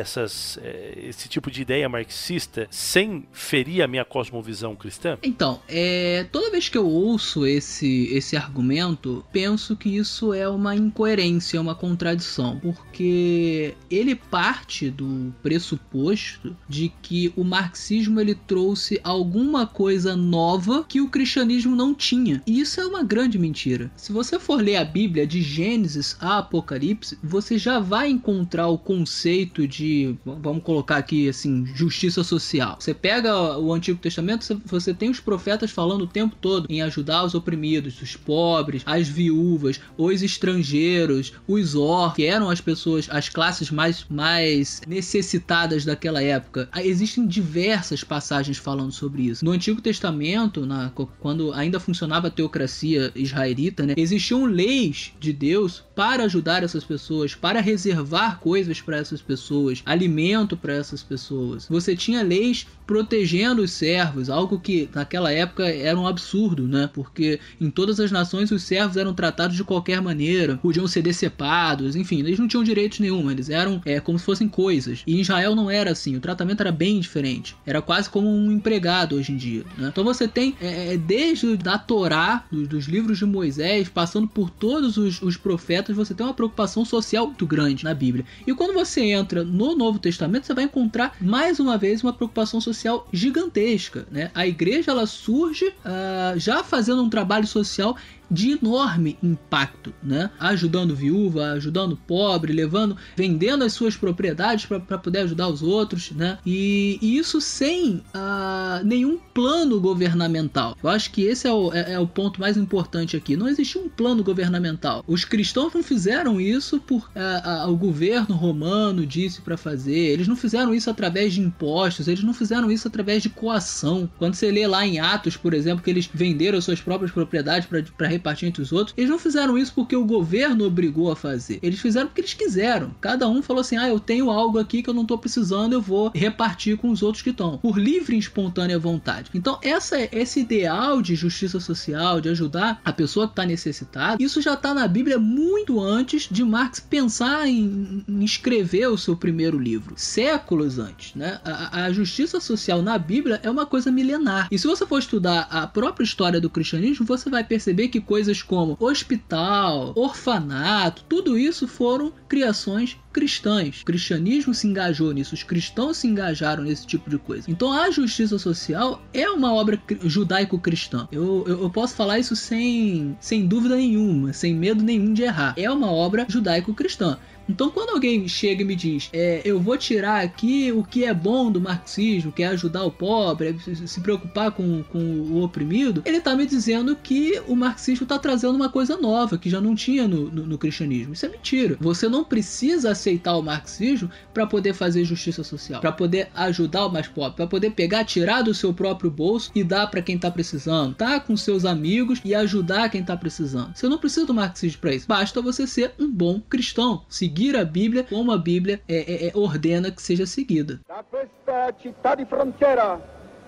esse tipo de ideia marxista sem ferir a minha cosmovisão cristã? Então, toda vez que eu ouço esse argumento, penso que isso é uma incoerência, uma contradição, porque ele parte do pressuposto de que o marxismo ele trouxe alguma coisa nova que o cristianismo não tinha. E isso é uma grande mentira. Se você for ler a Bíblia de Gênesis a Apocalipse, você já vai encontrar o conceito de, vamos colocar aqui assim, justiça social. Você pega o Antigo Testamento, você tem os profetas falando o tempo todo em ajudar os oprimidos, os pobres, as viúvas, os estrangeiros, os órfãos, que eram as pessoas, as classes mais necessitadas daquela época. Existem diversas passagens falando sobre isso. No Antigo Testamento, quando ainda funcionava a teocracia israelita, né, existiam leis de Deus para ajudar essas pessoas, para reservar coisas para essas pessoas, alimento para essas pessoas. Você tinha leis protegendo os servos, algo que naquela época era um absurdo, né? Porque em todas as nações os servos eram tratados de qualquer maneira, podiam ser decepados, enfim, eles não tinham direitos nenhum, eles eram como se fossem coisas. E em Israel não era assim, o tratamento era bem diferente, era quase como um empregado hoje em dia, né? Então você tem, desde a Torá, dos livros de Moisés, passando por todos os profetas, você tem uma preocupação social muito grande na Bíblia. E quando você entra no Novo Testamento, você vai encontrar mais uma vez uma preocupação social gigantesca, né? A igreja ela surge já fazendo um trabalho social de enorme impacto, né? Ajudando viúva, ajudando pobre, vendendo as suas propriedades para poder ajudar os outros, né? E isso sem nenhum plano governamental. Eu acho que esse é o ponto mais importante aqui. Não existia um plano governamental. Os cristãos não fizeram isso por o governo romano disse para fazer. Eles não fizeram isso através de impostos. Eles não fizeram isso através de coação. Quando você lê lá em Atos, por exemplo, que eles venderam as suas próprias propriedades para repartir entre os outros, eles não fizeram isso porque o governo obrigou a fazer. Eles fizeram porque eles quiseram. Cada um falou assim, eu tenho algo aqui que eu não tô precisando, eu vou repartir com os outros que estão. Por livre e espontânea vontade. Então, esse ideal de justiça social, de ajudar a pessoa que está necessitada, isso já está na Bíblia muito antes de Marx pensar em escrever o seu primeiro livro. Séculos antes, né? A justiça social na Bíblia é uma coisa milenar. E se você for estudar a própria história do cristianismo, você vai perceber que coisas como hospital, orfanato, tudo isso foram criações cristãs. O cristianismo se engajou nisso, os cristãos se engajaram nesse tipo de coisa. Então a justiça social é uma obra judaico-cristã. Eu posso falar isso sem dúvida nenhuma, sem medo nenhum de errar. É uma obra judaico-cristã. Então quando alguém chega e me diz eu vou tirar aqui o que é bom do marxismo, que é ajudar o pobre, se preocupar com o oprimido, ele está me dizendo que o marxismo está trazendo uma coisa nova que já não tinha no cristianismo. Isso é mentira. Você não precisa aceitar o marxismo para poder fazer justiça social, para poder ajudar o mais pobre, para poder tirar do seu próprio bolso e dar para quem está precisando, tá com seus amigos e ajudar quem está precisando. Você não precisa do marxismo para isso. Basta você ser um bom cristão, seguir a Bíblia como a Bíblia ordena que seja seguida. Da questa città di frontiera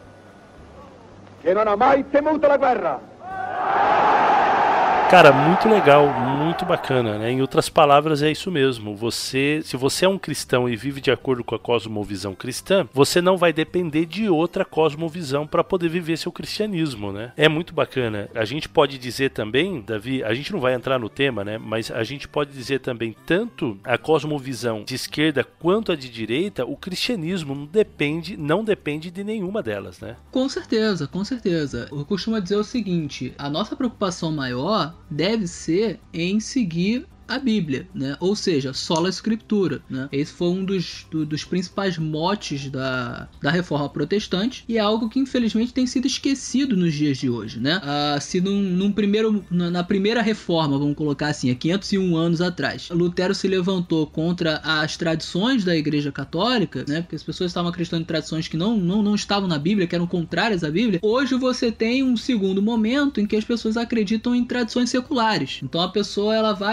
che non ha mai temuto la guerra. Cara, muito legal, muito bacana, né? Em outras palavras, é isso mesmo. Se você é um cristão e vive de acordo com a cosmovisão cristã, você não vai depender de outra cosmovisão para poder viver seu cristianismo, né? É muito bacana. A gente pode dizer também, Davi, a gente não vai entrar no tema, né? Mas a gente pode dizer também, tanto a cosmovisão de esquerda quanto a de direita, o cristianismo não depende de nenhuma delas, né? Com certeza, com certeza. Eu costumo dizer o seguinte, a nossa preocupação maior deve ser em seguir a Bíblia, né? Ou seja, sola escritura, né? Esse foi um dos principais motes da reforma protestante e é algo que infelizmente tem sido esquecido nos dias de hoje, né? Se na primeira reforma, vamos colocar assim, há 501 anos atrás, Lutero se levantou contra as tradições da Igreja Católica, né? Porque as pessoas estavam acreditando em tradições que não estavam na Bíblia, que eram contrárias à Bíblia. Hoje você tem um segundo momento em que as pessoas acreditam em tradições seculares. Então a pessoa ela vai aceitar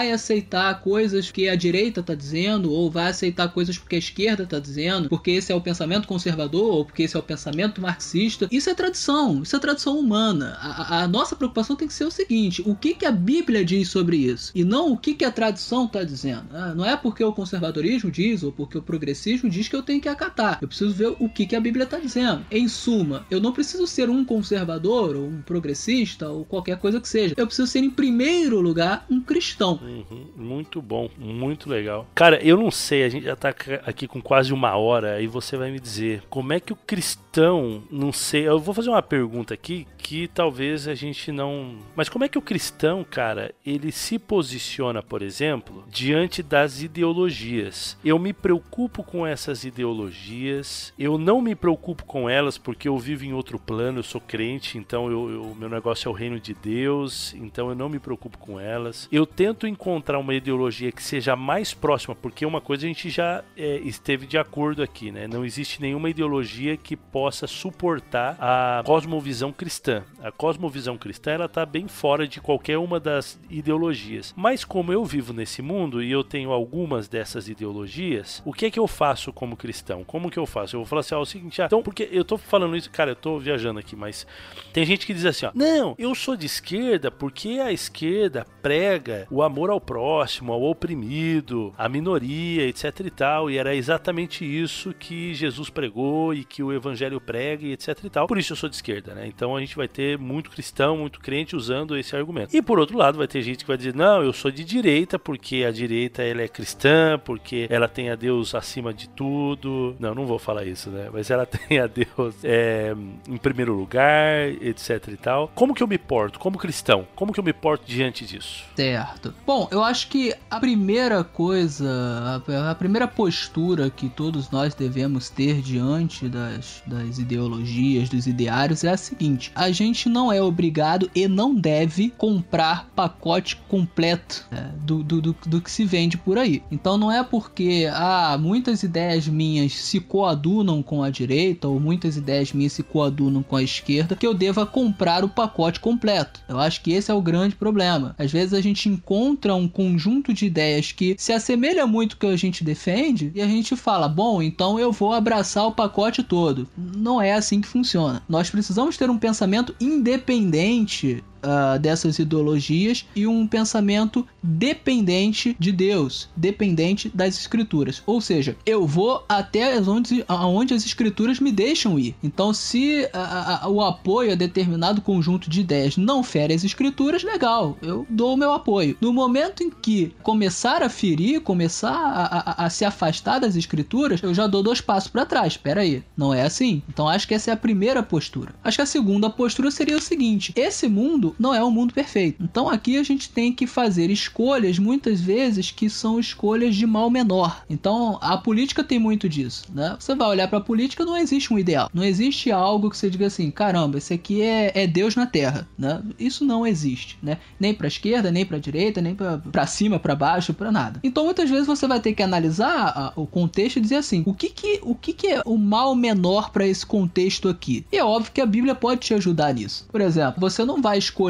aceitar coisas que a direita está dizendo, ou vai aceitar coisas porque a esquerda está dizendo, porque esse é o pensamento conservador, ou porque esse é o pensamento marxista. Isso é tradição humana. A nossa preocupação tem que ser o seguinte: o que a Bíblia diz sobre isso? E não o que a tradição está dizendo. Não é porque o conservadorismo diz, ou porque o progressismo diz que eu tenho que acatar. Eu preciso ver o que a Bíblia está dizendo. Em suma, eu não preciso ser um conservador, ou um progressista, ou qualquer coisa que seja. Eu preciso ser, em primeiro lugar, um cristão. Muito bom, muito legal. Cara, eu não sei, a gente já tá aqui com quase 1 hora, e você vai me dizer, como é que o cristão, não sei, eu vou fazer uma pergunta aqui, que talvez a gente não... Mas como é que o cristão, cara, ele se posiciona, por exemplo, diante das ideologias? Eu me preocupo com essas ideologias, eu não me preocupo com elas porque eu vivo em outro plano, eu sou crente, então meu negócio é o reino de Deus, então eu não me preocupo com elas. Eu tento encontrar uma ideologia que seja mais próxima, porque uma coisa a gente já esteve de acordo aqui, né? Não existe nenhuma ideologia que possa suportar a cosmovisão cristã. A cosmovisão cristã, ela tá bem fora de qualquer uma das ideologias. Mas como eu vivo nesse mundo e eu tenho algumas dessas ideologias, o que é que eu faço como cristão? Como que eu faço? Eu vou falar assim, o seguinte, então, porque eu tô falando isso, cara, eu tô viajando aqui, mas tem gente que diz assim, não, eu sou de esquerda porque a esquerda prega o amor ao próximo, ao oprimido, à minoria, etc e tal, e era exatamente isso que Jesus pregou e que o evangelho prega e etc e tal. Por isso eu sou de esquerda, né? Então a gente vai ter muito cristão, muito crente usando esse argumento. E por outro lado, vai ter gente que vai dizer, não, eu sou de direita porque a direita ela é cristã, porque ela tem a Deus acima de tudo. Não vou falar isso, né? Mas ela tem a Deus em primeiro lugar, etc e tal. Como que eu me porto como cristão? Como que eu me porto diante disso? Certo. Bom, eu acho que a primeira coisa, a primeira postura que todos nós devemos ter diante das ideologias, dos ideários é a seguinte: a gente não é obrigado e não deve comprar pacote completo do que se vende por aí. Então não é porque muitas ideias minhas se coadunam com a direita ou muitas ideias minhas se coadunam com a esquerda que eu deva comprar o pacote completo. Eu acho que esse é o grande problema. Às vezes a gente encontra um conjunto de ideias que se assemelha muito ao que a gente defende e a gente fala, bom, então eu vou abraçar o pacote todo. Não é assim que funciona. Nós precisamos ter um pensamento independente dessas ideologias e um pensamento dependente de Deus, dependente das escrituras. Ou seja, eu vou até onde as escrituras me deixam ir. Então, se o apoio a determinado conjunto de ideias não fere as escrituras, legal, eu dou o meu apoio. No momento em que começar a ferir, começar a se afastar das escrituras, eu já dou 2 passos para trás. Espera aí, não é assim? Então, acho que essa é a primeira postura. Acho que a segunda postura seria o seguinte: esse mundo não é um mundo perfeito. Então aqui a gente tem que fazer escolhas, muitas vezes, que são escolhas de mal menor. Então a política tem muito disso, né? Você vai olhar para a política, não existe um ideal. Não existe algo que você diga assim, caramba, esse aqui é Deus na Terra, né? Isso não existe, né? Nem para a esquerda, nem para a direita, nem para cima, para baixo, para nada. Então muitas vezes você vai ter que analisar o contexto e dizer assim, o que é o mal menor para esse contexto aqui? E é óbvio que a Bíblia pode te ajudar nisso. Por exemplo, você não vai escolher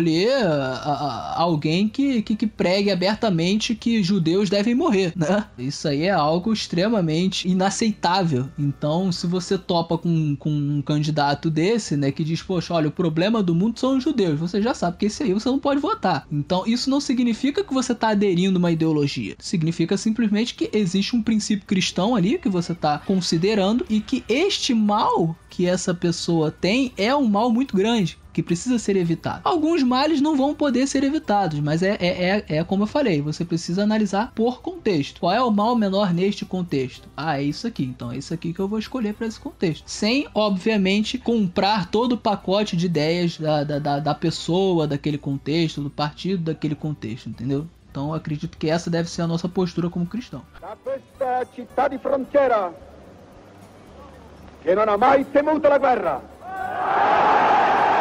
alguém que pregue abertamente que judeus devem morrer, né? Isso aí é algo extremamente inaceitável. Então, se você topa com um candidato desse, né, que diz, poxa, olha, o problema do mundo são os judeus, você já sabe que esse aí você não pode votar. Então, isso não significa que você está aderindo a uma ideologia. Significa simplesmente que existe um princípio cristão ali que você está considerando e que este mal que essa pessoa tem é um mal muito grande, que precisa ser evitado. Alguns males não vão poder ser evitados, mas é como eu falei, você precisa analisar por contexto. Qual é o mal menor neste contexto? É isso aqui. Então é isso aqui que eu vou escolher para esse contexto. Sem, obviamente, comprar todo o pacote de ideias da pessoa, daquele contexto, do partido, daquele contexto, entendeu? Então eu acredito que essa deve ser a nossa postura como cristão. Da questa città di frontiera, che non ha mai temuto la guerra.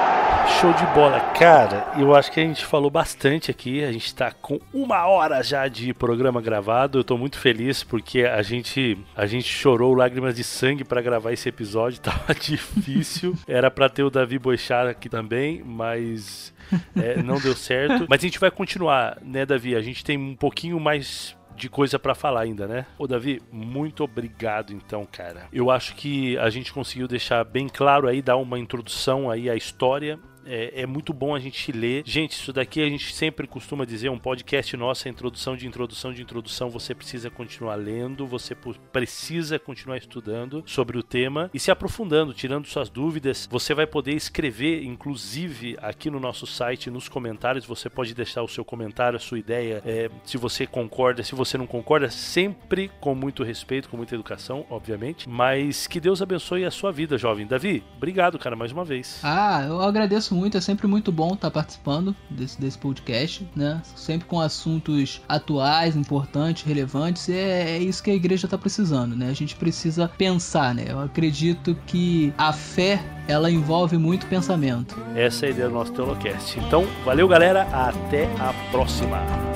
Show de bola, cara. Eu acho que a gente falou bastante aqui. A gente tá com 1 hora já de programa gravado. Eu tô muito feliz porque a gente chorou lágrimas de sangue pra gravar esse episódio. Tava difícil. Era pra ter o Davi Boechat aqui também, mas não deu certo. Mas a gente vai continuar, né, Davi? A gente tem um pouquinho mais de coisa pra falar ainda, né? Ô, Davi, muito obrigado então, cara. Eu acho que a gente conseguiu deixar bem claro aí, dar uma introdução aí à história. É muito bom a gente ler. Gente, isso daqui a gente sempre costuma dizer, um podcast nosso, é introdução de introdução. Você precisa continuar lendo, você precisa continuar estudando sobre o tema e se aprofundando, tirando suas dúvidas. Você vai poder escrever, inclusive, aqui no nosso site, nos comentários. Você pode deixar o seu comentário, a sua ideia, se você concorda, se você não concorda, sempre com muito respeito, com muita educação, obviamente. Mas que Deus abençoe a sua vida, jovem. Davi, obrigado, cara, mais uma vez. Eu agradeço muito, é sempre muito bom estar participando desse podcast, né? Sempre com assuntos atuais, importantes, relevantes. É isso que a igreja está precisando, né? A gente precisa pensar, né? Eu acredito que a fé, ela envolve muito pensamento. Essa é a ideia do nosso Teolocast. Então, valeu, galera. Até a próxima.